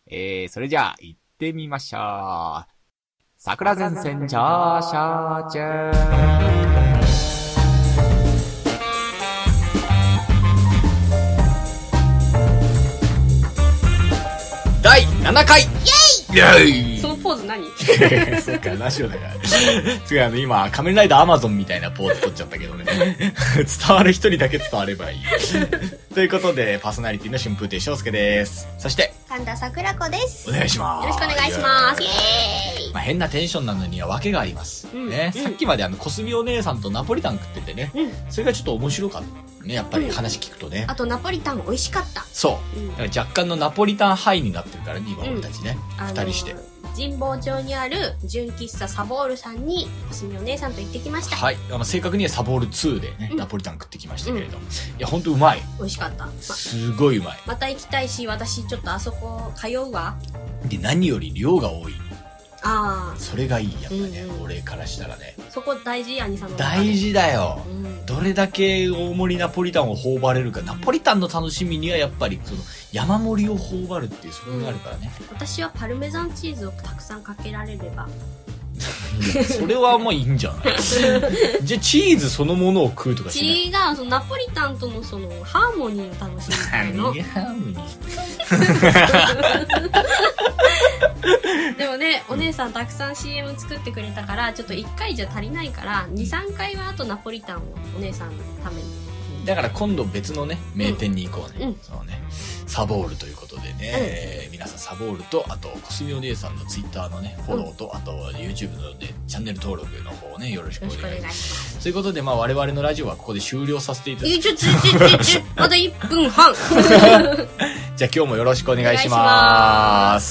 それじゃあ、行ってみましょう。桜前線ジャーシャージャー。第7回イェイそのポーズ何そうか、ラジオだから。違う、今、仮面ライダーアマゾンみたいなポーズ取っちゃったけどね。伝わる人にだけ伝わればいい。ということで、パーソナリティの春風亭昇介です。そして、 神田桜子です。 お願いします。 よろしくお願いします。イエーイ。 変なテンションなのには訳があります。ね、さっきまでコスミお姉さんとナポリタン食っててね。それがちょっと面白かった。ね、やっぱり話聞くとね。 あとナポリタン美味しかった。 そう。だから若干のナポリタンハイになってるからね、今俺たちね。二人して。 神保町にある純喫茶サボールさんにコスミお姉さんと行ってきました。 はい。正確にはサボール2でね、ナポリタン食ってきましたけれども。いや、ほんとうまい。 美味しかった。 すごいうまい。 また行きたいし、私ちょっとあそこ通うわ。 で、何より量が多い。 ああ。 それがいい、やっぱね、俺からしたらね。 そこ大事、兄さんの。 大事だよ。どれだけ大盛りナポリタンを頬張れるか。ナポリタンの楽しみにはやっぱり、山盛りを頬張るっていう、そこがあるからね。 私はパルメザンチーズをたくさんかけられれば。 それはもういいんじゃないじゃあチーズそのものを食うとかしない？ 違う、そのナポリタンとのハーモニーを楽しみたいの。 何ハーモニーでもね、お姉さんたくさん CM 作ってくれたから、ちょっと1回じゃ足りないから、2、3回はあとナポリタンをお姉さんのために。 だから今度別のね、名店に行こうね。そうね。サボールということでね、皆さんサボールと、あと、コスミお姉さんのツイッターのね、フォローと、あと、YouTube のね、チャンネル登録の方をね、よろしくお願いします。ということで、我々のラジオはここで終了させていただきます。 まだ1分半じゃあ今日もよろしくお願いします。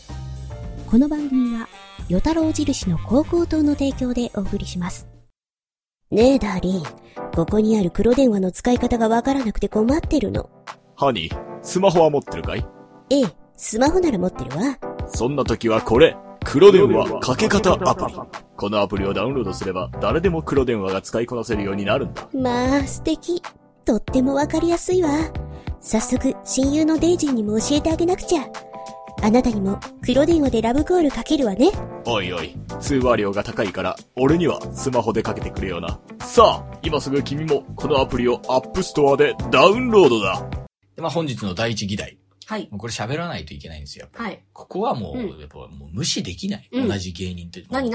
この番組は、与太郎印の高校党の提供でお送りします。ねえ、ダーリン。ここにある黒電話の使い方がわからなくて困ってるの。 ハニー、スマホは持ってるかい？ ええ、スマホなら持ってるわ。 そんな時はこれ、黒電話かけ方アプリ。このアプリをダウンロードすれば、誰でも黒電話が使いこなせるようになるんだ。 まあ、素敵。とってもわかりやすいわ。早速、親友のデイジーにも教えてあげなくちゃ。あなたにも黒電話でラブコールかけるわね。 おいおい、通話料が高いから、俺にはスマホでかけてくれよな。さあ、今すぐ君もこのアプリをアップストアでダウンロードだ。 で、本日の第一議題。 はい。 もうこれ喋らないといけないんですよ。やっぱはい。 ここはもう、やっぱもう無視できない。同じ芸人って。 何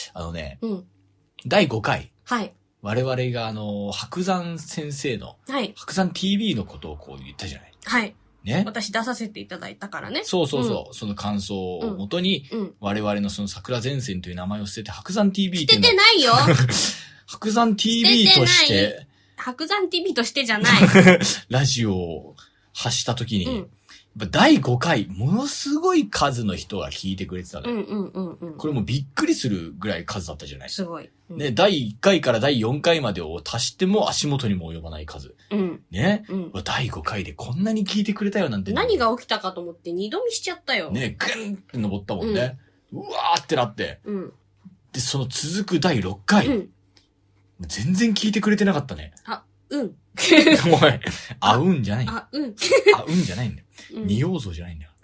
第5回。 はい。 我々が白山先生の、 はい。 白山 TV のことをこう言ったじゃない。 はい。 ね。 私出させていただいたからね。 そう。その感想をもとに、我々のその桜前線という名前を捨てて白山 TV って捨ててないよ白山 TV として、 白山 TV としてじゃない。 ラジオを発したときに、第5回、ものすごい数の人が聞いてくれてたのよ。これもびっくりするぐらい数だったじゃない。 すごい。 ね、第1回から第4回までを足しても足元にも及ばない数。ね、第5回でこんなに聞いてくれたよなんて。 何が起きたかと思って二度見しちゃったよ。 ね、ぐんって登ったもんね。うわーってなって。で、その続く第6回。全然聞いてくれてなかったね。 おい、 うんじゃない。うんじゃないんだよ。二要素じゃないんだよ。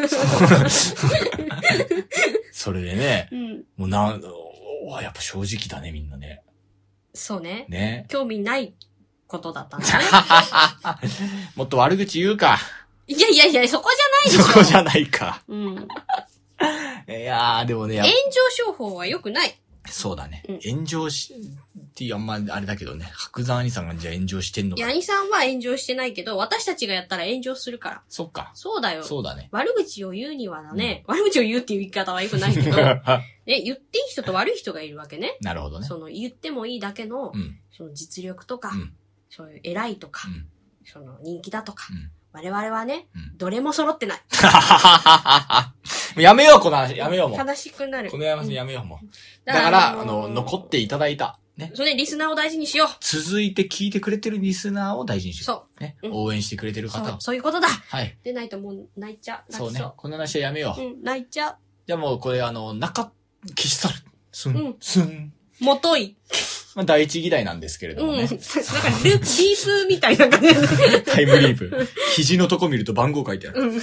それでね、もうやっぱ正直だね、みんなね。 そうね。 ね。 興味ないことだったんだね。 もっと悪口言うか。 いや、そこじゃないでしょ。 そこじゃないか。いやー、でもね。 炎上商法は良くない。 そうだね。炎上っていうあれだけどね。白山兄さんがじゃあ炎上してんのか。 いや、兄さんは炎上してないけど、私たちがやったら炎上するから。 そっか。 そうだよ。 そうだね。 悪口を言うにはだね、悪口を言うっていう言い方は良くないけど、言っていい人と悪い人がいるわけね。 なるほどね。 言ってもいいだけの、その実力とか、そういう偉いとか、その人気だとか、我々はね、どれも揃ってない。 やめよう、この話。やめようもう。 悲しくなる。 この話やめようもう。だから、残っていただいた。ね。 それでリスナーを大事にしよう。 続いて聞いてくれてるリスナーを大事にしよう。 そう。 ね。応援してくれてる方を。 そういうことだ。 はい。 でないともう泣いちゃう。 そうね。この話はやめよう。 泣いちゃう。 じゃあもうこれ消し去る。すん。 もとい。 まあ、第一議題なんですけれどもね。 なんかリープみたいな感じで。 タイムリープ。肘のとこ見ると番号書いてある。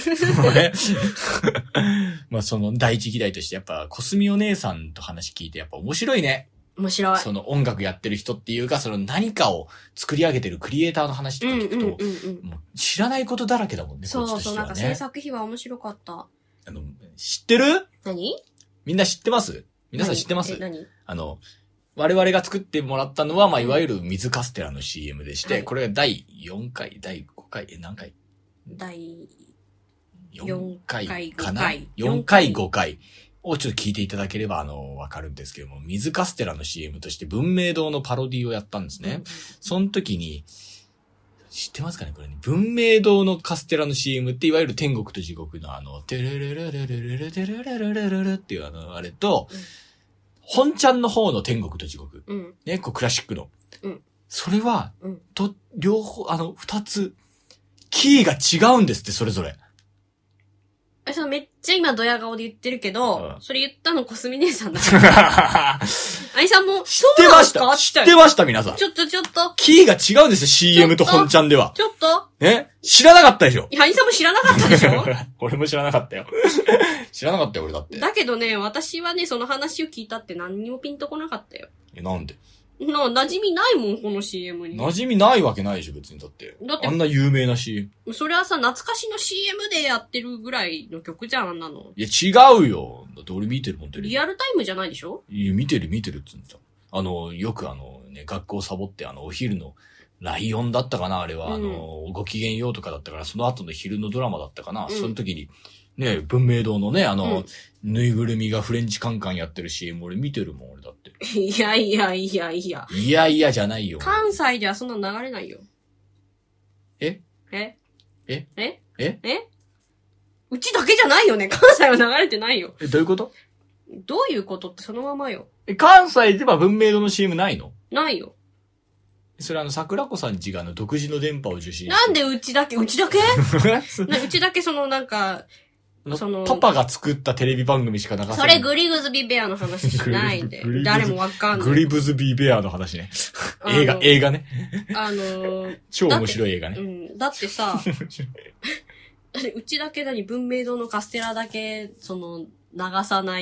まあその第一議題としてやっぱコスミお姉さんと話聞いてやっぱ面白いね。 面白い。 その音楽やってる人っていうか、その何かを作り上げてるクリエイターの話とか聞くと、もう知らないことだらけだもんね、 そうこっちとしてはね。 なんか制作費は面白かった。 知ってる？ 何？ みんな知ってます？皆さん知ってます？ 何？ 我々が作ってもらったのは、まあ、いわゆる水カステラの CM でして、これが第4回、第5回、何回？ 第 4回かな ?4 回、5回をちょっと聞いていただければ、わかるんですけども、水カステラの CM として文明堂のパロディをやったんですね。その時に、知ってますかねこれね。文明堂のカステラの CM っていわゆる天国と地獄のテレレレレレレレテレレレレレレっていうあれと、本ちゃんの方の天国と地獄。ね、クラシックの。それは、両方、二つ、キーが違うんですって、それぞれ。 めっちゃ今ドヤ顔で言ってるけど、それ言ったのコスミ姉さんだから。アイさんも、 知ってました知ってました皆さん。 ちょっと。 キーが違うんですよ、CM と本ちゃんでは。 ちょっと。 知らなかったでしょ？ いや、アイさんも知らなかったでしょ？ 俺も知らなかったよ。知らなかったよ、俺だって。 だけどね、私はね、その話を聞いたって何にもピンとこなかったよ。 なんで？ 馴染みないもん、この CM に。 馴染みないわけないでしょ、別に。だって。あんな有名な CM。 それはさ、懐かしの CM でやってるぐらいの曲じゃん、あんなの。 いや、違うよ。だって俺見てるもん、テレビ。 リアルタイムじゃないでしょ？ いや、見てるっつうんだ。よく学校サボってお昼のライオンだったかなあれは、ご機嫌ようとかだったから、その後の昼のドラマだったかな、その時に、ね、文明堂のね、ぬいぐるみがフレンチカンカンやってる CM 俺見てるもん、俺だって。 いや。いやじゃないよ。 関西ではそんな流れないよ。うちだけじゃないよね。関西は流れてないよ。 どういうこと？ どういうことってそのままよ。 関西では文明堂の CM ないの？ ないよ。 それ桜子さんちが独自の電波を受信して。 なんでうちだけうちだけなんか、 パパが作ったテレビ番組しか流せない。 それグリグズビーベアの話しないんで。誰もわかんない。 グリグズビーベアの話ね。映画ね。超面白い映画ね。 だってさ、うちだけ文明堂のカステラだけ、流さない、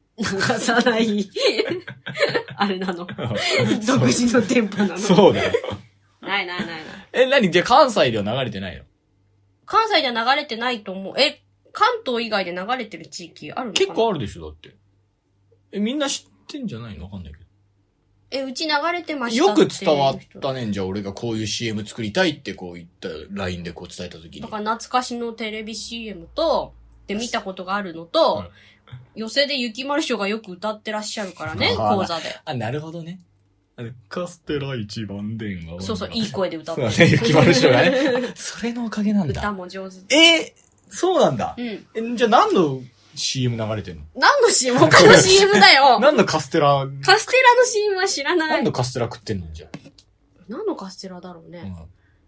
あれなの。独自の電波なの。 そうだよ。 ない。 何じゃあ関西では流れてないの？ 関西では流れてないと思う。関東以外で流れてる地域あるのかな？ 結構あるでしょ、だって。みんな知ってんじゃないの？わかんないけど。 うち流れてましたよく伝わったねんじゃあ俺がこういう CM 作りたいって言った LINE で伝えた時に。 だから懐かしのテレビ CM と、で見たことがあるのと、寄席で雪丸師匠がよく歌ってらっしゃるからね、講座で。 なるほどね。カステラ一番電話。 そう、いい声で歌ってる。 そうだね、雪丸師匠がね。それのおかげなんだ。 歌も上手。 そうなんだ。じゃあ何の CM 流れてんの？ 何の CM？ 他の CM だよ。 何のカステラ？ カステラの CM は知らない。 何のカステラ食ってんのじゃあ。 何のカステラだろうね。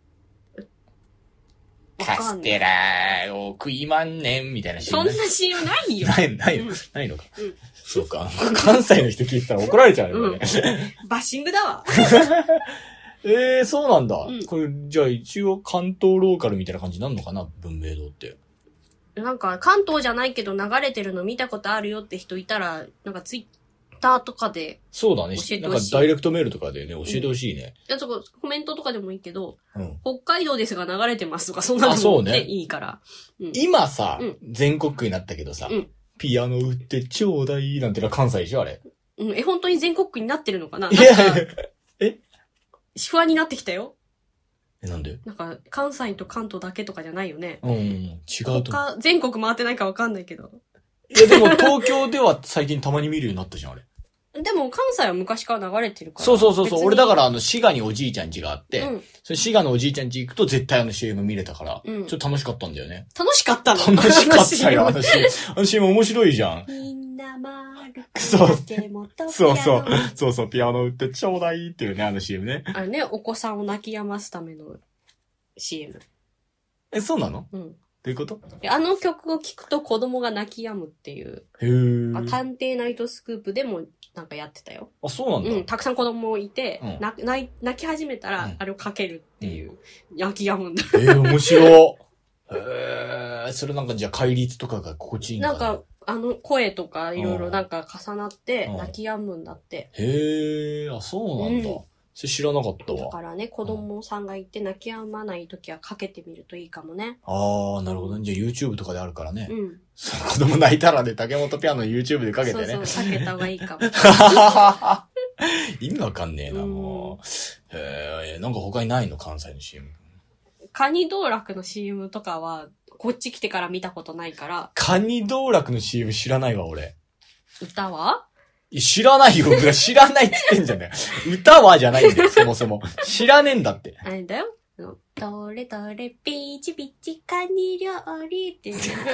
カステラを食いまんねんみたいな CM。そんな CM ないよ。 ないのか。そうか。関西の人聞いてたら怒られちゃうよね。 バッシングだわ。 そうなんだ。これ、じゃあ一応関東ローカルみたいな感じになるのかな文明堂って。 なんか関東じゃないけど流れてるの見たことあるよって人いたら、なんかツイッターとかで。 そうだね。なんかダイレクトメールとかでね、教えてほしいね。 コメントとかでもいいけど、北海道ですが流れてますとか、そんなのもね、いいから。 今さ、全国区になったけどさ、ピアノ売ってちょうだいなんてのは関西でしょあれ。 本当に全国区になってるのかな？不安になってきたよ。 なんで？ なんか、関西と関東だけとかじゃないよね。 違うと思う。 全国回ってないかわかんないけど。 いや、でも東京では最近たまに見るようになったじゃん、あれ。 でも関西は昔から流れてるから。 そう。俺だから滋賀におじいちゃん家があって、それ滋賀のおじいちゃん家行くと絶対CM 見れたから、ちょっと楽しかったんだよね。 楽しかったの？ 楽しかったよ、CM 面白いじゃん。 みんな丸くそう、ピアノ売ってちょうだいっていうね、CM ね。 あれね、お子さんを泣き止ますための CM。 そうなの？ ういうこと？ あの曲を聴くと子供が泣き止むっていう。 へー。 探偵ナイトスクープでもなんかやってたよ。 あ、そうなんだ。 うん、たくさん子供いて、 うん、 泣き始めたら、あれをかけるっていう。泣き止むんだ。 面白。それなんかじゃあ戒律とかが心地いいんだ。 なんか、声とかいろいろなんか重なって、泣き止むんだって。 へー、あ、そうなんだ。それ知らなかったわ。 だからね、子供さんがいて泣き止まないときはかけてみるといいかもね。 ああ、なるほどね。じゃあ YouTube とかであるからね。うん。子供泣いたらね、竹本ピアノ YouTube でかけてね。 そう、かけた方がいいかも。 意味わかんねえな、もう。なんか他にないの？関西の CM。 カニ道楽の CM とかは、こっち来てから見たことないから。 カニ道楽の CM 知らないわ、俺。 歌は？ 知らないよ。知らないって言ってんじゃねえ。歌はじゃないんだよ、そもそも。知らねえんだって。 あれだよ。どれどれピーチピチカニ料理っていう。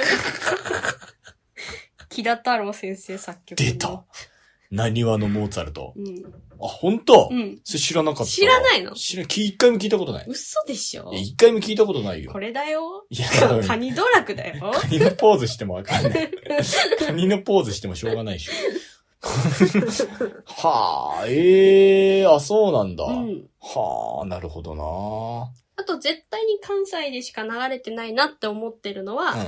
木田太郎先生作曲。 出た。何話のモーツァルト。 うん。 あ、本当？ うん。 それ知らなかった。 知らないの？ 一回も聞いたことない。 嘘でしょ？ 一回も聞いたことないよ。 これだよ。 いや、 カニ道楽だよ。 カニのポーズしてもわかんない。カニのポーズしてもしょうがないでしょ。はあ、あ、そうなんだ。うん、はあ、なるほどな。 あと絶対に関西でしか流れてないなって思ってるのは、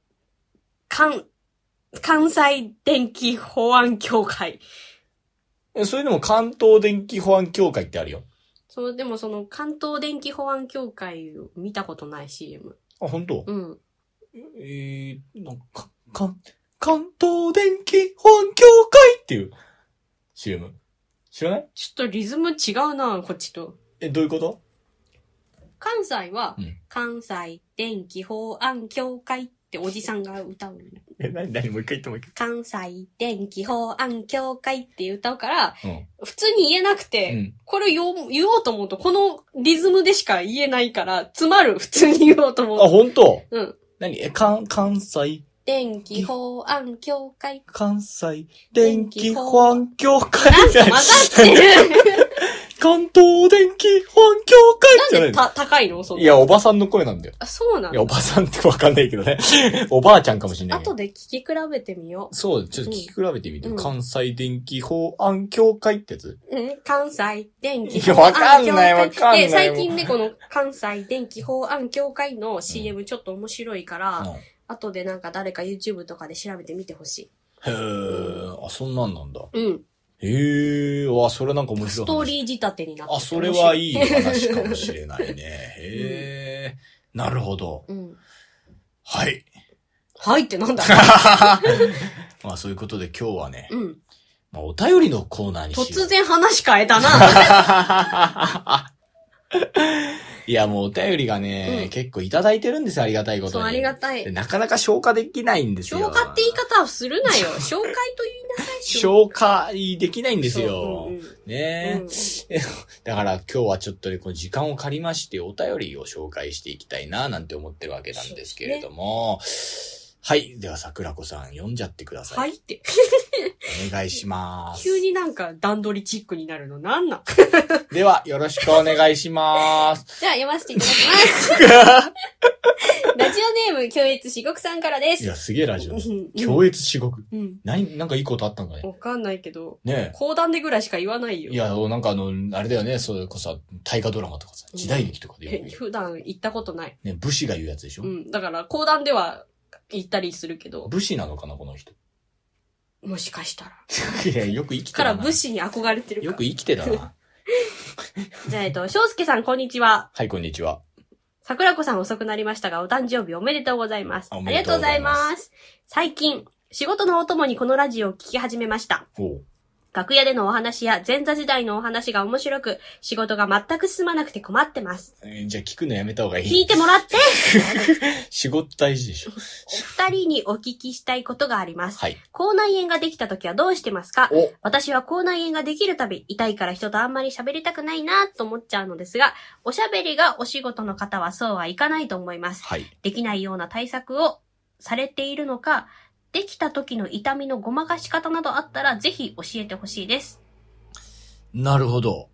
関西電気保安協会。 それでも関東電気保安協会ってあるよ。 そう、でもその関東電気保安協会を見たことない CM。 あ、本当？ うん。 なんか、関東電気保安協会っていう CM。知らない？ ちょっとリズム違うな、こっちと。 どういうこと？ 関西は、関西電気保安協会っておじさんが歌う。 何もう一回言ってもいいか。 関西電気保安協会って歌うから、普通に言えなくて、これを言おうと思うと、このリズムでしか言えないから、詰まる、普通に言おうと思う。 あ、本当？ うん。 関西電気保安協会。 関西電気保安協会。 なんか混ざってる。 関東電気保安協会じゃない。 なんで高いの？ いや、おばさんの声なんだよ。 あ、そうなんだ。 いや、おばさんってわかんないけどね。おばあちゃんかもしれない。 後で聞き比べてみよう。 そう、ちょっと聞き比べてみて。関西電気保安協会ってやつ？ 関西電気保安協会。 わかんない。 で、最近ね、この関西電気保安協会の CM ちょっと面白いから、後でなんか誰か YouTube とかで調べてみてほしい。 へー、あ、そんなんなんだ。 うん。 へー、わ、それなんか面白い。 ストーリー仕立てになってる。 あ、それはいい話かもしれないね。へー、なるほど。 うん。 はい。 はいってなんだまあそういうことで今日はね。まあお便りのコーナーにしよう。 突然話変えたな。 いや、もうお便りがね、結構いただいてるんですよ、ありがたいことに。 そう、ありがたい。 なかなか消化できないんですよ。 消化って言い方をするなよ。紹介と言いなさい。 消化できないんですよ。ねえ。だから今日はちょっとね、この時間を借りましてお便りを紹介していきたいな、なんて思ってるわけなんですけれども。はい。では、桜子さん、読んじゃってください。 はいって。 お願いします。 急になんか段取りチックになるのなんなんでは、よろしくお願いします。 では、読ませていただきます。ラジオネーム、強越至極さんからです。 いや、すげえラジオ。強越至極。なんかいいことあったんかね。 わかんないけど。 ねえ。 講談でぐらいしか言わないよ。 いや、なんかあれだよね、それこそ、大河ドラマとかさ、時代劇とかで言う。普段言ったことない。 ね、武士が言うやつでしょ。 だから、講談では、言ったりするけど。 武士なのかな、この人。 もしかしたら。 いや、よく生きてたな。 から武士に憧れてるか。 よく生きてたな。 じゃあ、翔介さん、こんにちは。 はい、こんにちは。 桜子さん遅くなりましたが、お誕生日おめでとうございます。ありがとうございます。最近、仕事のお供にこのラジオを聞き始めました。楽屋でのお話や前座時代のお話が面白く、仕事が全く進まなくて困ってます。 じゃあ聞くのやめた方がいい。 聞いてもらって仕事大事でしょ。 お二人にお聞きしたいことがあります。 はい。 口内炎ができた時はどうしてますか？私は口内炎ができるたび、痛いから人とあんまり喋りたくないなと思っちゃうのですが、おしゃべりがお仕事の方はそうはいかないと思います。 はい。 できないような対策をされているのか、できた時の痛みのごまかし方などあったらぜひ教えてほしいです。 なるほど。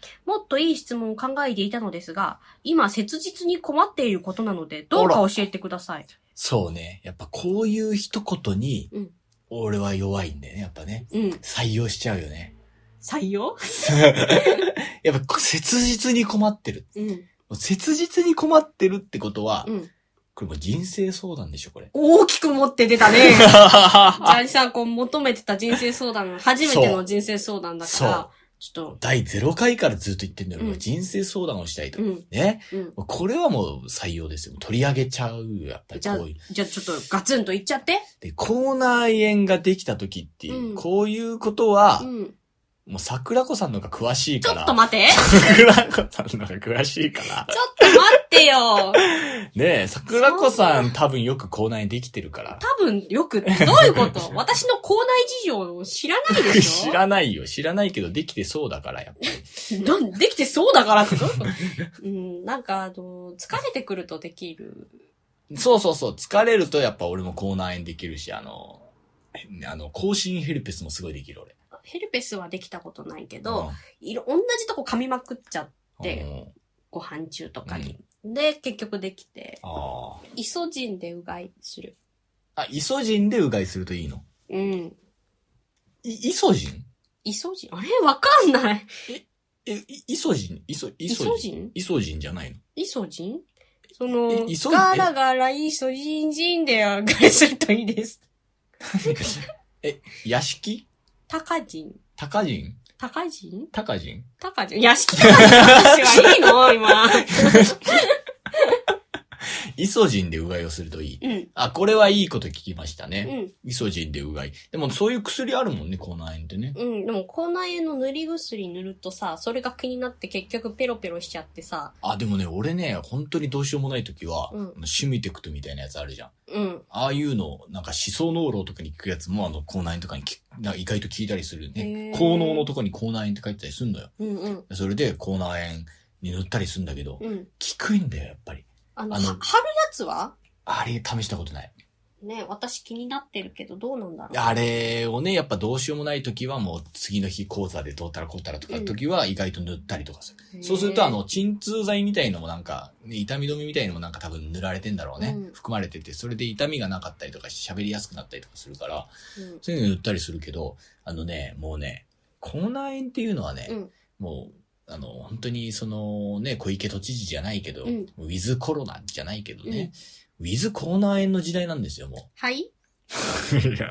もっといい質問を考えていたのですが、今切実に困っていることなので、どうか教えてください。 そうね。やっぱこういう一言に、俺は弱いんだよね、やっぱね。採用しちゃうよね。 採用やっぱ切実に困ってる。切実に困ってるってことは、これもう人生相談でしょ、これ。 大きく持って出たね。ジャージさん、求めてた人生相談、初めての人生相談だから、ちょっと。 第0回からずっと言ってんだよ。人生相談をしたいと。ね、これはもう採用ですよ。取り上げちゃうよ、やっぱりこういう。 じゃあちょっとガツンと言っちゃって。 で、口内炎ができた時っていう、こういうことは、もう桜子さんの方が詳しいから。 ちょっと待て。 桜子さんの方が詳しいから。 ちょっと待ってよ。 ねえ、桜子さん多分よく口内炎できてるから。 多分よく、どういうこと私の口内事情を知らないでしょ知らないよ。知らないけどできてそうだから、やっぱり。できてそうだからってどういうことなんか疲れてくるとできる。 そう。疲れるとやっぱ俺も口内炎できるし、口唇ヘルペスもすごいできる俺。 ヘルペスはできたことないけど、同じとこ噛みまくっちゃって、ご飯中とかに。で、結局できて、イソジンでうがいする。 イソジンでうがいするといいの？イソジン？ イソジン？あれわかんない。 イソジン？イソジンじゃないの？ イソジン？ガラガライソジンジンでうがいするといいです。 屋敷？ 高人。屋敷高人の話はいいの今。 イソジンでうがいをするといい。これはいいこと聞きましたね。イソジンでうがい。でもそういう薬あるもんね、口内炎ってね。 でも口内炎の塗り薬塗るとさ、それが気になって結局ペロペロしちゃってさ。 でもね、俺ね、本当にどうしようもない時は、シュミテクトみたいなやつあるじゃん。ああいうの、なんか思想脳炉とかに効くやつも口内炎とかに意外と効いたりするね。効能のとこに口内炎って書いてたりするのよ。それで口内炎に塗ったりするんだけど、効くんだよ、やっぱり。 貼るやつは？ あれ試したことない。 ね、私気になってるけどどうなんだろう。 あれをね、やっぱどうしようもない時はもう次の日講座でどうたらこうたらとかの時は意外と塗ったりとかする。そうすると鎮痛剤みたいのもなんか、ね、痛み止めみたいのもなんか多分塗られてんだろうね。含まれてて、それで痛みがなかったりとか喋りやすくなったりとかするから、そういうの塗ったりするけど、もうね、口内炎っていうのはね、もう、本当にね、小池都知事じゃないけど、ウィズコロナじゃないけどね、ウィズ口内炎の時代なんですよ、もう。 はい？いや、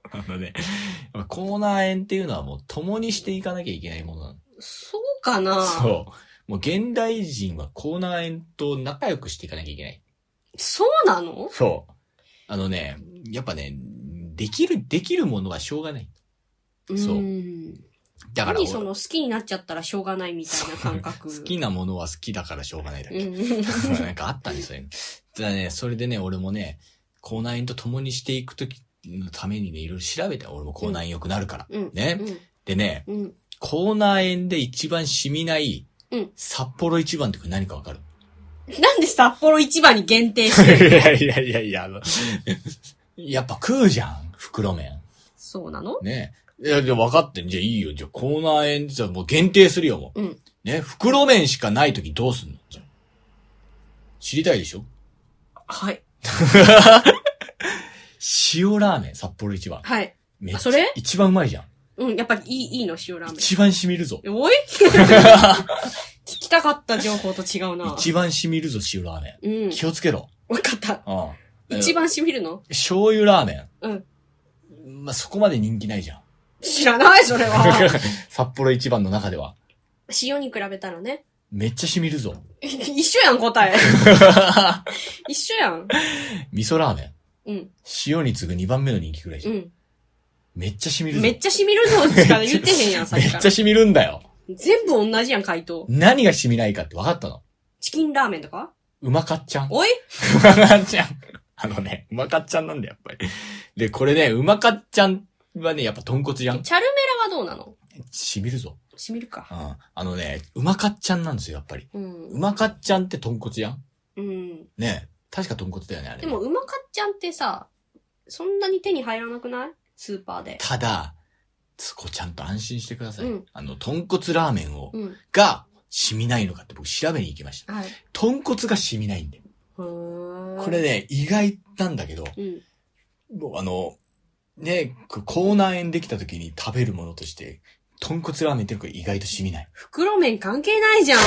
口内炎っていうのはもう共にしていかなきゃいけないものなの。 そうかな？ そう。もう現代人は口内炎と仲良くしていかなきゃいけない。 そうなの？ そう。やっぱね、できるものはしょうがない。そう。 だから好きになっちゃったらしょうがないみたいな感覚。 好きなものは好きだからしょうがないだけ。なんかあったんですよね。だからね、それでね、俺もね、口内炎と共にしていくときのためにね、いろいろ調べた。俺も口内炎良くなるから。ね。でね、口内炎で一番染みない、札幌一番ってこれ何かわかる？ なんで札幌一番に限定してるの？ いや、やっぱ食うじゃん、袋麺。 そうなの？ ね。いや、じゃあ分かってん。じゃあいいよ。じゃあ口内炎じゃもう限定するよ、もう。ね。袋麺しかないときどうすんの？じゃあ知りたいでしょ？ はい。 塩ラーメン、札幌一番。 はい。 それ？一番うまいじゃん。やっぱりいいの、塩ラーメン。 一番染みるぞ。 おい聞きたかった情報と違うな。 一番染みるぞ、塩ラーメン。気をつけろ。 わかった。一番染みるの？ 醤油ラーメン。そこまで人気ないじゃん。 知らない、それは。 札幌一番の中では。 塩に比べたらね。 めっちゃ染みるぞ。 一緒やん、答え。一緒やん。 味噌ラーメン。塩に次ぐ2番目の人気くらいじゃん。めっちゃ染みるぞ。 めっちゃ染みるぞしか言ってへんやん、さっきから。 めっちゃ染みるんだよ。 全部同じやん、回答。 何が染みないかって分かったの？ チキンラーメンとか？ うまかっちゃん。 おい？ うまかっちゃん。うまかっちゃんなんだよ、やっぱり。で、これね、うまかっちゃんはね、やっぱ豚骨じゃん。 チャルメラはどうなの？ 染みるぞ。 染みるか。 うまかっちゃんなんですよ、やっぱり。うまかっちゃんって豚骨じゃん。ねえ、確か豚骨だよね、あれ。 でも、うまかっちゃんってさ、そんなに手に入らなくない？スーパーで。 ただ、 そこちゃんと安心してください。 うん、 豚骨ラーメンが染みないのかって僕調べに行きました。はい、豚骨が染みないんで。これね、意外なんだけど、もうね、口内炎できた時に食べるものとして、豚骨ラーメンって意外と染みない。 袋麺関係ないじゃん。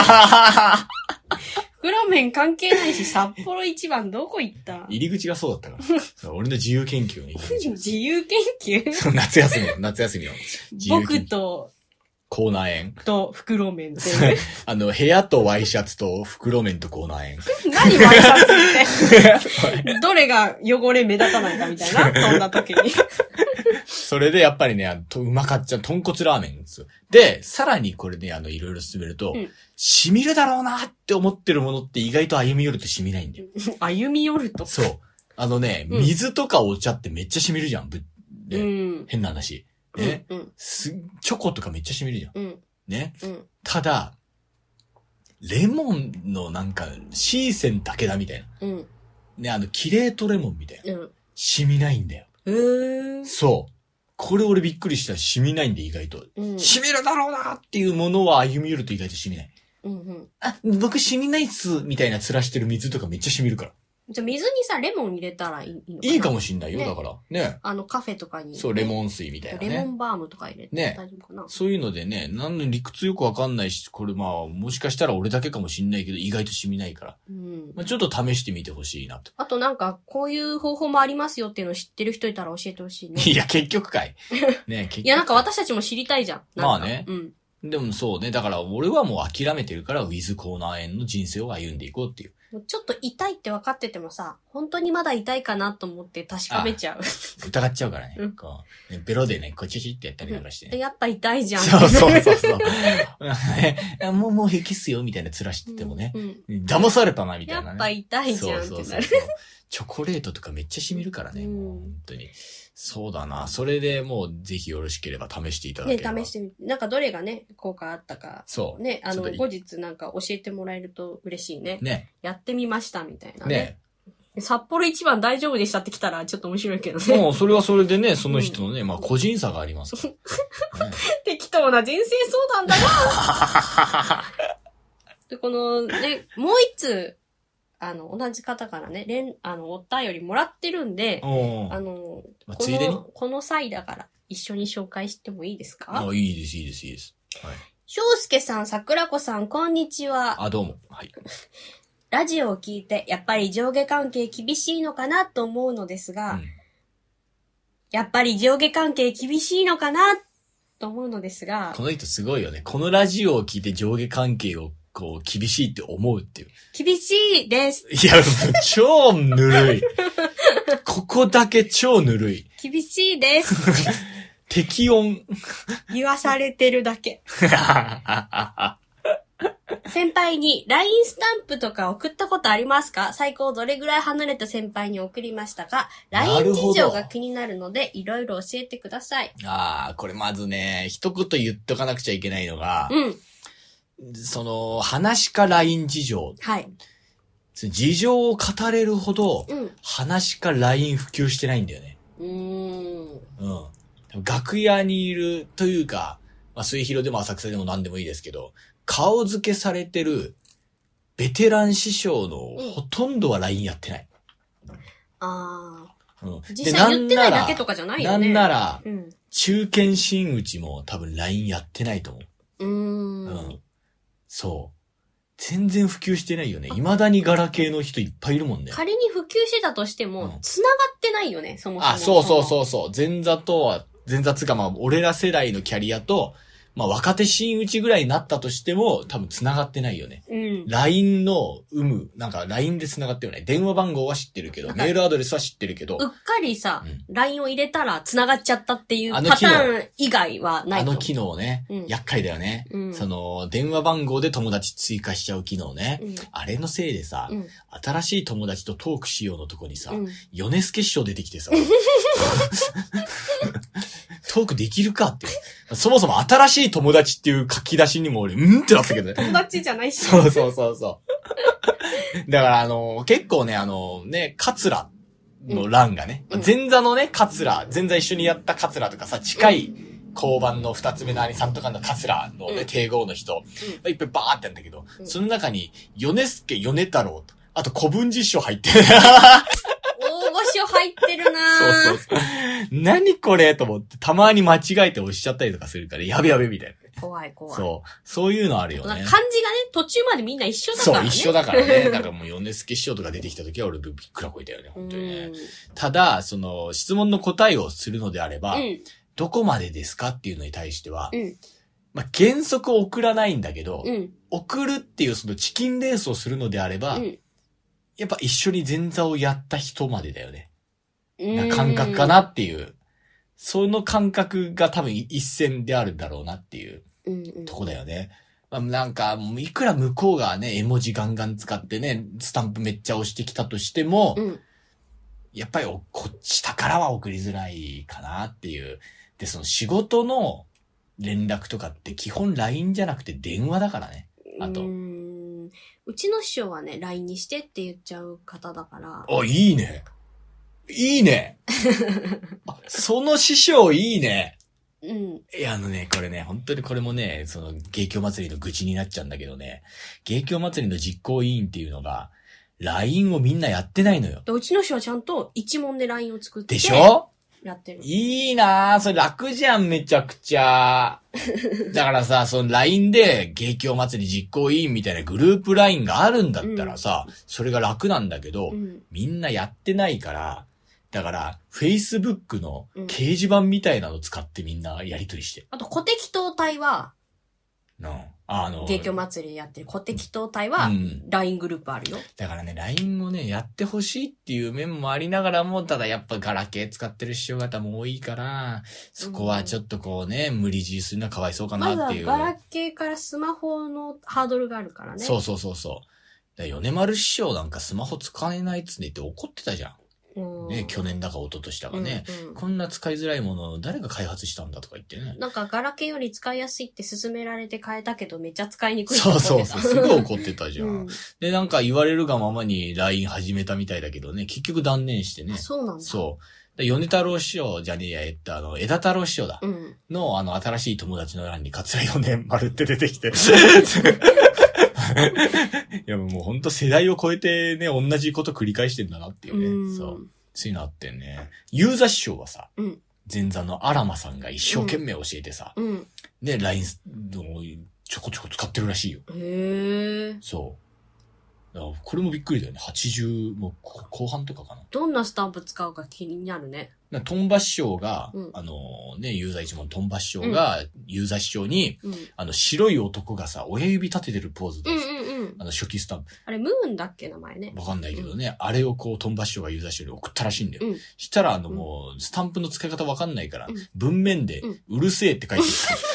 袋麺関係ないし、札幌一番どこ行った？ 入り口がそうだったから。俺の自由研究の入り口。 自由研究夏休みの。 僕と、 口内炎。 と、袋麺って。 部屋とワイシャツと袋麺と口内炎。 何ワイシャツって。どれが汚れ目立たないかみたいな、そんな時に。 それでやっぱりね、うまかっちゃう、豚骨ラーメンですよ。で、さらにこれね、いろいろ進めると、染みるだろうなって思ってるものって意外と歩み寄ると染みないんだよ。 歩み寄ると？ そう。水とかお茶ってめっちゃ染みるじゃん。変な話。ね、チョコとかめっちゃ染みるじゃん。ね、ただ、レモンのなんか、シーセンだけだみたいな。ね、キレートレモンみたいな。染みないんだよ。そう。これ俺びっくりした。染みないんで意外と。染みるだろうなっていうものは歩み寄ると意外と染みない。僕染みないっす、みたいな面してる水とかめっちゃ染みるから。 じゃあ水にさ、レモン入れたらいいのかな？ いいかもしんないよ、だから。ね。 カフェとかに。 そう、レモン水みたいなね。 レモンバームとか入れて大丈夫かな？ そういうのでね、理屈よくわかんないし、これもしかしたら俺だけかもしんないけど、意外と染みないから。ちょっと試してみてほしいなと。 あとこういう方法もありますよっていうのを知ってる人いたら教えてほしいね。 いや、結局かい。ね、 いや、私たちも知りたいじゃん。 まあね。でもそうね。だから俺はもう諦めてるから、ウィズ口内炎の人生を歩んでいこうっていう。 ちょっと痛いって分かっててもさ、本当にまだ痛いかなと思って確かめちゃう。 疑っちゃうからね。ベロでね、こうチュチュってやったりなんかして、ね。 やっぱ痛いじゃん。 そう。もう平気っすよ、みたいな面しててもね。騙されたな、みたいなね。 やっぱ痛いじゃんってなる。 チョコレートとかめっちゃ染みるからね、もう本当に。そうだな。それでもうぜひよろしければ試していただければ。 ね、試してみて。どれがね、効果あったか。 そう。 ね、後日教えてもらえると嬉しいね。 ね。 やってみましたみたいなね。札幌一番大丈夫でしたって来たらちょっと面白いけどね。 もうそれはそれでね、その人のね、個人差がありますから。 適当な人生相談だな。で、このね、もう一通、同じ方からね、お便りもらってるんで、 ついでにこの際だから一緒に紹介してもいいですか？ いいです。はい。 翔介さん、桜子さん、こんにちは。 どうも。はい。 ラジオを聞いて、やっぱり上下関係厳しいのかなと思うのですが、やっぱり上下関係厳しいのかなと思うのですが、 この人すごいよね。このラジオを聞いて上下関係を厳しいって思うっていう。 厳しいです。 いや、超ぬるい。ここだけ超ぬるい。 厳しいです。 適温。 言わされてるだけ。先輩に LINE スタンプとか送ったことありますか？最高どれぐらい離れた先輩に送りましたか？ LINE 事情が気になるので、いろいろ教えてください。 これまずね、一言言っとかなくちゃいけないのが、話か LINE 事情。 はい。 事情を語れるほど、話か LINE 普及してないんだよね。楽屋にいるというか、末広でも浅草でも何でもいいですけど、顔付けされてるベテラン師匠のほとんどは LINE やってない。 実際言ってないだけとかじゃないよね。 なんなら、中堅真打ちも多分 LINE やってないと思う。そう。全然普及してないよね。未だにガラケーの人いっぱいいるもんね。 仮に普及してたとしても、繋がってないよね、そもそも。そう。前座つか俺ら世代のキャリアと、若手真打ちぐらいになったとしても、多分繋がってないよね。LINE のLINE で繋がってるね。電話番号は知ってるけど、メールアドレスは知ってるけど。 うっかりさ、LINE を入れたら繋がっちゃったっていうパターン以外はないと。 機能ね、厄介だよね。電話番号で友達追加しちゃう機能ね。あれのせいでさ、新しい友達とトークしようのとこにさ、米助師匠出てきてさ、トークできるかって。そもそも新しい友達っていう書き出しにも俺、ってなったけどね。 友達じゃないし。 そう。だから結構ね、桂の欄がね、前座のね、前座一緒にやった桂とかさ、近い交番の二つ目の兄さんとかのカツラのね、帝豪の人、いっぱいバーってやるんだけど、その中に、米助、米太郎と、あと古文実証入ってる。 大御所入ってるなぁ。 そう。何これと思って、たまに間違えて押しちゃったりとかするから、やべみたいな。 怖い。 そういうのあるよね。 漢字がね、途中までみんな一緒だからね。 そう、一緒だからね。だからもう米助師匠とか出てきた時は俺びっくらこいたよね、本当にね。ただ、質問の答えをするのであれば、どこまでですかっていうのに対しては、原則送らないんだけど、送るっていうそのチキンレースをするのであれば、やっぱ一緒に前座をやった人までだよね。感覚かなっていう。その感覚が多分一線であるんだろうなっていうとこだよね。なんか、いくら向こうがね、絵文字ガンガン使ってね、スタンプめっちゃ押してきたとしても、やっぱりこっちからは送りづらいかなっていう。で、その仕事の連絡とかって基本 LINE じゃなくて電話だからね。あと。 うちの師匠はね、LINE にしてって言っちゃう方だから。 あ、いいね。いいね。その師匠いいね。いや、これね、本当にこれもね、芸協祭りの愚痴になっちゃうんだけどね、芸協祭りの実行委員っていうのが、LINE をみんなやってないのよ。 うちの師匠はちゃんと一問で LINE を作って。 でしょ？ やってる。 いいなぁ。それ楽じゃん、めちゃくちゃ。だからさ、LINE で芸協祭り実行委員みたいなグループ LINE があるんだったらさ、それが楽なんだけど、みんなやってないから、だから、Facebook の掲示板みたいなの使ってみんなやりとりして。 あと、小敵党隊は、芸協祭りやってる小敵党隊は、LINE グループあるよ。 だからね、LINE をね、やってほしいっていう面もありながらも、ただやっぱガラケー使ってる師匠方も多いから、そこはちょっと無理強いするのはかわいそうかなっていう。 まずはガラケーからスマホのハードルがあるからね。 そう。米丸師匠なんかスマホ使えないっつって言って怒ってたじゃん。ね、去年だか一昨年だかね、こんな使いづらいものを誰が開発したんだとか言ってね。 なんかガラケーより使いやすいって勧められて変えたけどめっちゃ使いにくいって怒ってた。 そう。すごい怒ってたじゃん。で、なんか言われるがままに LINE 始めたみたいだけどね、結局断念してね。 そうなんだ。 そう。米太郎師匠じゃねえや、枝太郎師匠だ。の、新しい友達の欄に桂米丸って出てきて。いや、もうほんと世代を超えてね、同じこと繰り返してんだなっていうね。そういうのあってね。ユーザ師匠はさ、前座のアラマさんが一生懸命教えてさ、で、LINE のちょこちょこ使ってるらしいよ。そう。これもびっくりだよね。80、もう後半とかかな。 どんなスタンプ使うか気になるね。 トンバ師匠が、ユーザー一門トンバ師匠が、ユーザー師匠に、白い男がさ、親指立ててるポーズで、初期スタンプ。 あれ、ムーンだっけ名前ね。 わかんないけどね、あれをトンバ師匠がユーザー師匠に送ったらしいんだよ。したら、もう、スタンプの使い方わかんないから、文面で、うるせえって書いて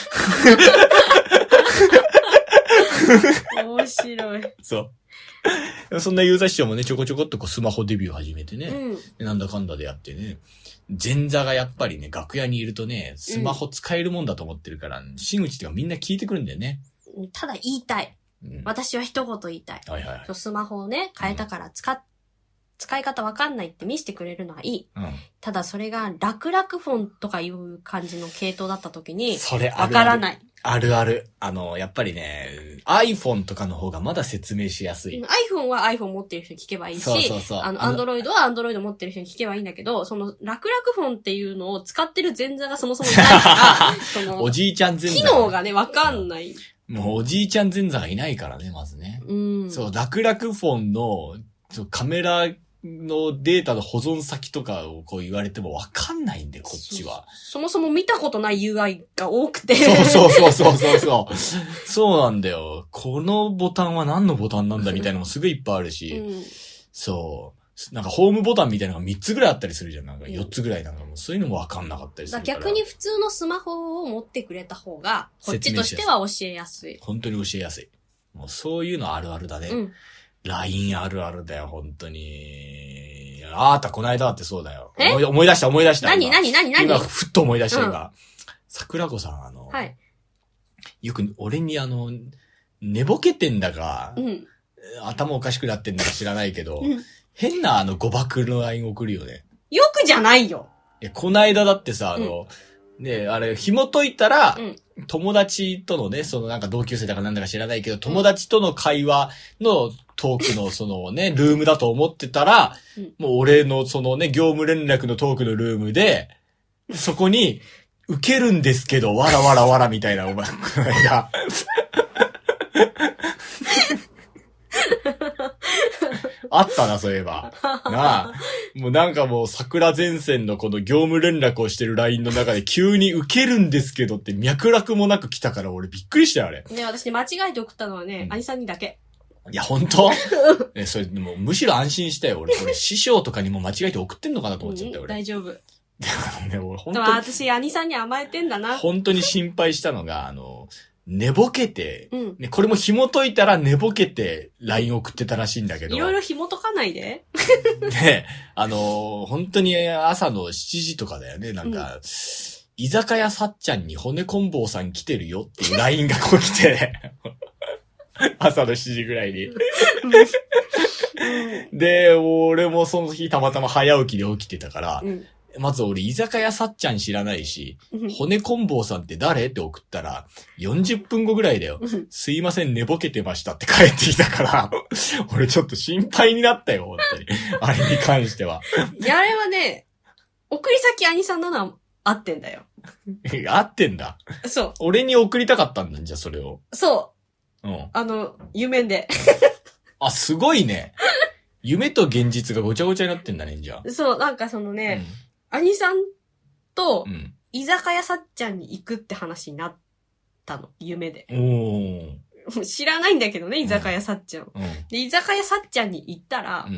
る。面白い。 そう。そんなユーザー師匠もね、ちょこちょこっとスマホデビュー始めてね、なんだかんだでやってね、前座がやっぱりね、楽屋にいるとね、スマホ使えるもんだと思ってるから、真打ちとかみんな聞いてくるんだよね。 ただ言いたい。私は一言言いたい。スマホをね、変えたから使い方わかんないって見せてくれるのはいい。ただそれが楽々フォンとかいう感じの系統だった時に、わからない。 あるある。やっぱりね、iPhone とかの方がまだ説明しやすい。 iPhone は iPhone 持ってる人に聞けばいいし、Android は Android 持ってる人に聞けばいいんだけど、楽々フォンっていうのを使ってる前座がそもそもいないから、 おじいちゃん前座。 機能がね、わかんない。 もうおじいちゃん前座がいないからね、まずね。そう、楽々フォンのカメラのデータの保存先とかを言われてもわかんないんで、こっちは。 そもそも見たことない UI が多くて。 そう。そうなんだよ。このボタンは何のボタンなんだみたいなのもすごいいっぱいあるし。そう。なんかホームボタンみたいなのが3つぐらいあったりするじゃん。なんか4つぐらいなんかもうそういうのもわかんなかったりするから。 逆に普通のスマホを持ってくれた方が、こっちとしては教えやすい。 本当に教えやすい。もうそういうのあるあるだね。LINE あるあるだよ、本当に。この間だってそうだよ。思い出した。 何今、ふっと思い出した今。桜子さん、よく俺に寝ぼけてんだか、頭おかしくなってんだか知らないけど、変な誤爆の LINE 送るよね。 よくじゃないよ。 この間だってさ、 で、あれ、紐解いたら、 うん。 友達とのね、そのなんか同級生だかなんだか知らないけど、友達との会話のトークのそのね、ルームだと思ってたら、 うん、 もう俺のそのね、業務連絡のトークのルームで、そこに、受けるんですけど、わらわらわらみたいなお前が。あったな、そういえば。なあ。もうなんかもう桜前線のこの業務連絡をしてる LINE の中で急に受けるんですけどって脈絡もなく来たから俺びっくりしたよ、あれ。 ね、私ね、間違えて送ったのはね、兄さんにだけ。 いや、本当それでもむしろ安心したよ、俺。これ師匠とかにも間違えて送ってんのかなと思っちゃったよ、俺。 大丈夫。 でも本当に。私、兄さんに甘えてんだな。 本当に心配したのが、寝ぼけて、 うん。 ね、これも紐解いたら寝ぼけて LINE 送ってたらしいんだけど。 いろいろ紐解かないで。 で、本当に朝の7時とかだよね、なんか、居酒屋さっちゃんに骨昆布さん来てるよっていう LINE がこう来て、朝の7時ぐらいに。で、俺もその日たまたま早起きで起きてたから、まず俺居酒屋さっちゃん知らないし、骨昆布さんって誰って送ったら、40分後ぐらいだよ。すいません、寝ぼけてましたって帰ってきたから、俺ちょっと心配になったよ、本当に。あれに関しては。 いや、あれはね、送り先兄さんなのは合ってんだよ。 合ってんだ。 そう。 俺に送りたかったんだ、じゃあそれを。 そう。 うん。 夢で。 あ、すごいね。夢と現実がごちゃごちゃになってんだね、じゃあ。 そう、なんかそのね、兄さんと、居酒屋さっちゃんに行くって話になったの、夢で。知らないんだけどね、居酒屋さっちゃん。で、居酒屋さっちゃんに行ったら、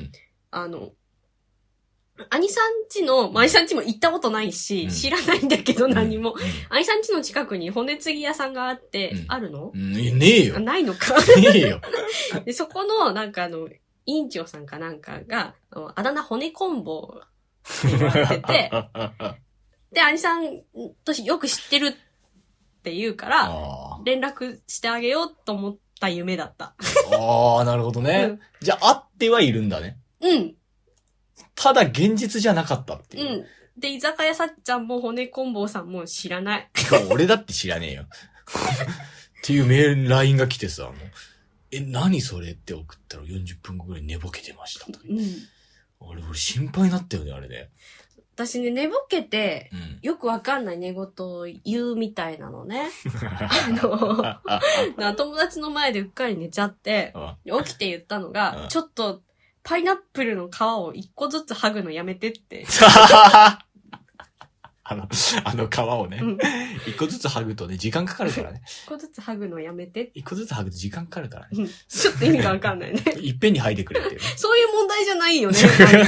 兄さん家の、兄さん家も行ったことないし、知らないんだけど何も。兄さん家の近くに骨継ぎ屋さんがあって、あるの？ ねえよ。 ないのか。 ねえよ。 で、そこの、なんか委員長さんかなんかが、あだ名骨昆布って言われてて、で、兄さんとよく知ってるって言うから、連絡してあげようと思った夢だった。 ああ、なるほどね。じゃあ、会ってはいるんだね。 うん。 ただ、現実じゃなかったっていう。 うん。で、居酒屋さっちゃんも骨昆布さんも知らない。 俺だって知らねえよ。っていうメール、LINE が来てさ、何それって送ったら40分後ぐらい寝ぼけてましたとか。俺心配になったよね、あれね。 私ね、寝ぼけて、よくわかんない寝言を言うみたいなのね。友達の前でうっかり寝ちゃって、起きて言ったのが、ちょっと、パイナップルの皮を一個ずつ剥ぐのやめてって。 あの皮をね、一個ずつ剥ぐとね、時間かかるからね。 一個ずつ剥ぐのやめて。 一個ずつ剥ぐと時間かかるからね。 ちょっと意味がわかんないね。 いっぺんに剥いでくれっていう。 そういう問題じゃないよね。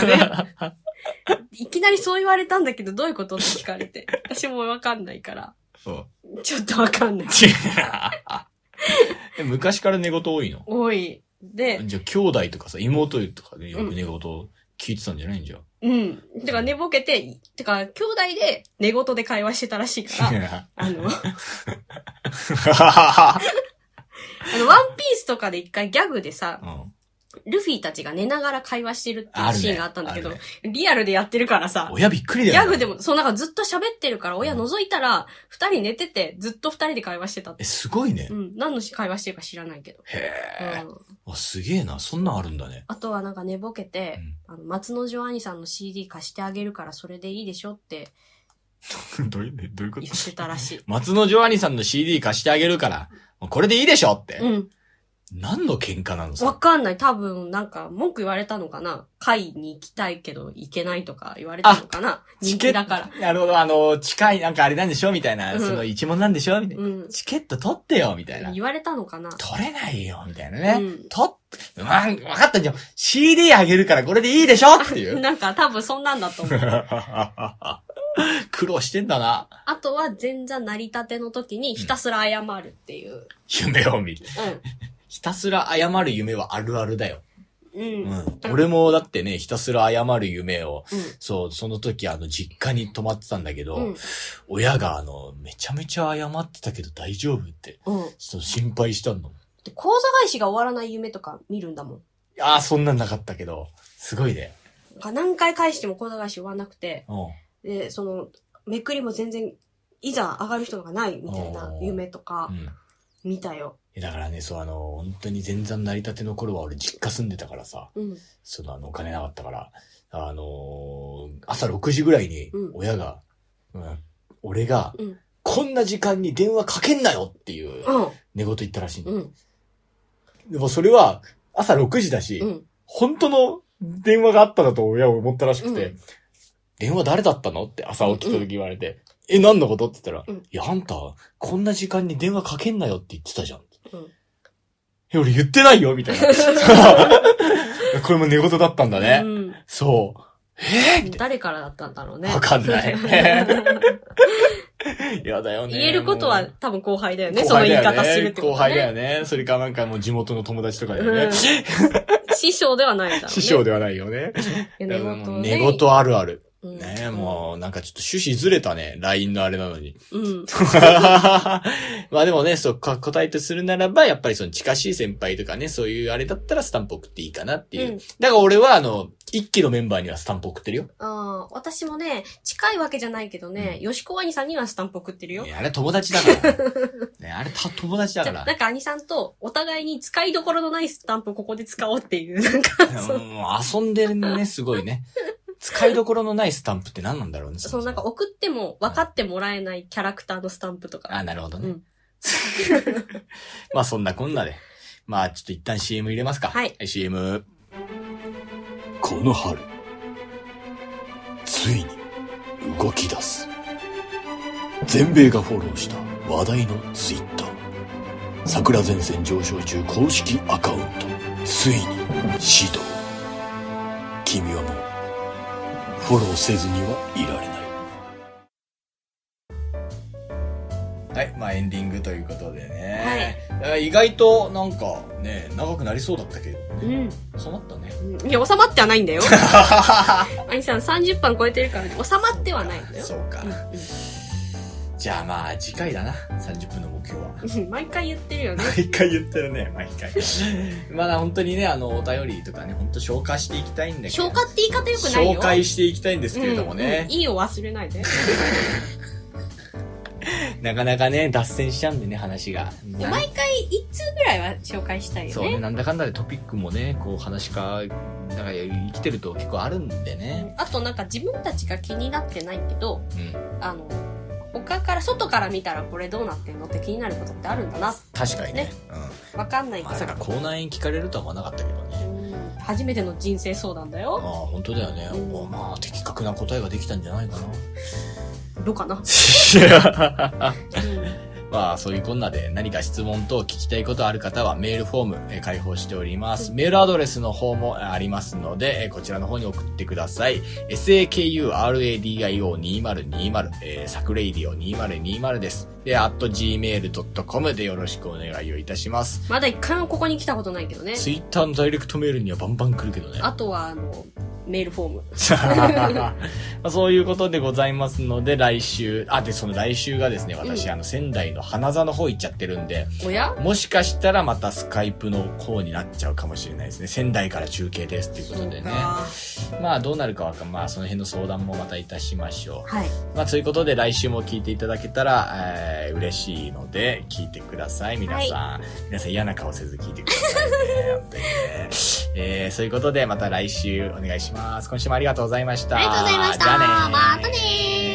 いきなりそう言われたんだけど、どういうことって聞かれて。私もわかんないから。ちょっとわかんない。 昔から寝言多いの？ 多い。で、 じゃあ兄弟とかさ、妹とかでよく寝言聞いてたんじゃないんじゃん。 てか寝ぼけて、兄弟で寝言で会話してたらしいから、ワンピースとかで一回ギャグでさ、ルフィたちが寝ながら会話してるっていうシーンがあったんだけど、リアルでやってるからさ、 親びっくりだよ。 ギャグでも、そうなんかずっと喋ってるから、親覗いたら、二人寝てて、ずっと二人で会話してたって。 すごいね。 何の会話してるか知らないけど。 へぇすげえな。そんなんあるんだね。 あとはなんか寝ぼけて、松之丞兄さんの CD 貸してあげるからそれでいいでしょって、 どういうこと言ってたらしい。 松之丞兄さんの CD 貸してあげるから、これでいいでしょって。何の喧嘩なのさ。 わかんない。多分、なんか、文句言われたのかな。会に行きたいけど行けないとか言われたのかな。人気だから。 なるほど。近い、なんかあれなんでしょみたいな。その一問なんでしょみたいな。チケット取ってよみたいな。 言われたのかな。 取れないよみたいなね。わかったじゃん。CD あげるからこれでいいでしょっていう。 なんか多分そんなんだと思う。 苦労してんだな。 あとは前座成り立ての時にひたすら謝るっていう。 夢を見る。ひたすら謝る夢はあるあるだよ。俺もだってね、ひたすら謝る夢を、その時実家に泊まってたんだけど、親がめちゃめちゃ謝ってたけど大丈夫って、ちょっと心配したの。 で、口座返しが終わらない夢とか見るんだもん。 そんなんなかったけど、すごいね。 何回返しても口座返し終わらなくて、で、めくりも全然いざ上がる人がないみたいな夢とか、見たよ。 だからね、本当に前座成り立ての頃は俺実家住んでたからさ、お金なかったから、朝6時ぐらいに親が、俺が、こんな時間に電話かけんなよっていう寝言言ったらしいんだよ。でもそれは朝6時だし、本当の電話があっただと親は思ったらしくて、電話誰だったのって朝起きた時言われて、何のことって言ったら、いや、あんた、こんな時間に電話かけんなよって言ってたじゃん。俺言ってないよみたいな。これも寝言だったんだね。そう。 誰からだったんだろうね。 わかんない。やだよね。 言えることは多分後輩だよね。その言い方するってことね。 後輩だよね。それかなんかもう地元の友達とかだよね。 師匠ではないだろうね。 師匠ではないよね。寝言あるある。ねえ、もう、なんかちょっと趣旨ずれたね。LINE のあれなのに。まあでもね、答えとするならば、やっぱり近しい先輩とかね、そういうあれだったらスタンプ送っていいかなっていう。だから俺は一期のメンバーにはスタンプ送ってるよ。 私もね、近いわけじゃないけどね、吉子兄さんにはスタンプ送ってるよ。 あれ友達だから。ね、あれ友達だから。 なんか兄さんとお互いに使いどころのないスタンプここで使おうっていう、なんか。 遊んでるね、すごいね。使いどころのないスタンプって何なんだろうね。 なんか送っても分かってもらえないキャラクターのスタンプとか。 なるほどね。まあそんなこんなで。まあちょっと一旦 CM 入れますか。 はい。 CM。この春、ついに動き出す。全米がフォローした話題のツイッター。桜前線上昇中公式アカウント。ついに始動。君はもう、フォローせずにはいられない。はい、まあエンディングということでね。はい。意外となんかね、長くなりそうだったけど、ね。収まったね。 いや、収まってはないんだよ。兄さん30分超えてるから、収まってはないんだよ。 そうか。じゃあまあ次回だな。30分の目標は。 毎回言ってるよね。 毎回言ってるね、毎回。まだ本当にね、お便りとかね、本当消化していきたいんだけど。 消化って言い方よくないよ。 紹介していきたいんですけれどもね。 いいよ、忘れないで。 なかなかね、脱線しちゃうんでね、話が。 毎回1通ぐらいは紹介したいよね。 そうね、なんだかんだでトピックもね、こう話なんか生きてると結構あるんでね。 あとなんか自分たちが気になってないけど、外から見たらこれどうなってんのって気になることってあるんだな。 確かにね。 わかんないから。 まさか口内炎聞かれるとは思わなかったけどね。 初めての人生相談だよ。 本当だよね。まあ、的確な答えができたんじゃないかな。 どうかなまあ、そういうこんなで何か質問等聞きたいことある方はメールフォーム開放しております。メールアドレスの方もありますので、こちらの方に送ってください。sakuradio2020、サクレイディオ2020です。で、@gmail.com でよろしくお願いをいたします。 まだ一回もここに来たことないけどね。 ツイッターのダイレクトメールにはバンバン来るけどね。 あとは、メールフォーム。 そういうことでございますので、来週がですね、私、仙台の花座の方行っちゃってるんで、もしかしたらまたスカイプの方になっちゃうかもしれないですね。仙台から中継ですっていうことでね。まあ、どうなるかまあ、その辺の相談もまたいたしましょう。 はい。 まあ、そういうことで来週も聞いていただけたら、嬉しいので、聞いてください。皆さん嫌な顔せず聞いてくださいね。本当にね。そういうことで、また来週お願いします。今週もありがとうございました。 ありがとうございました。 じゃあねー。 またねー。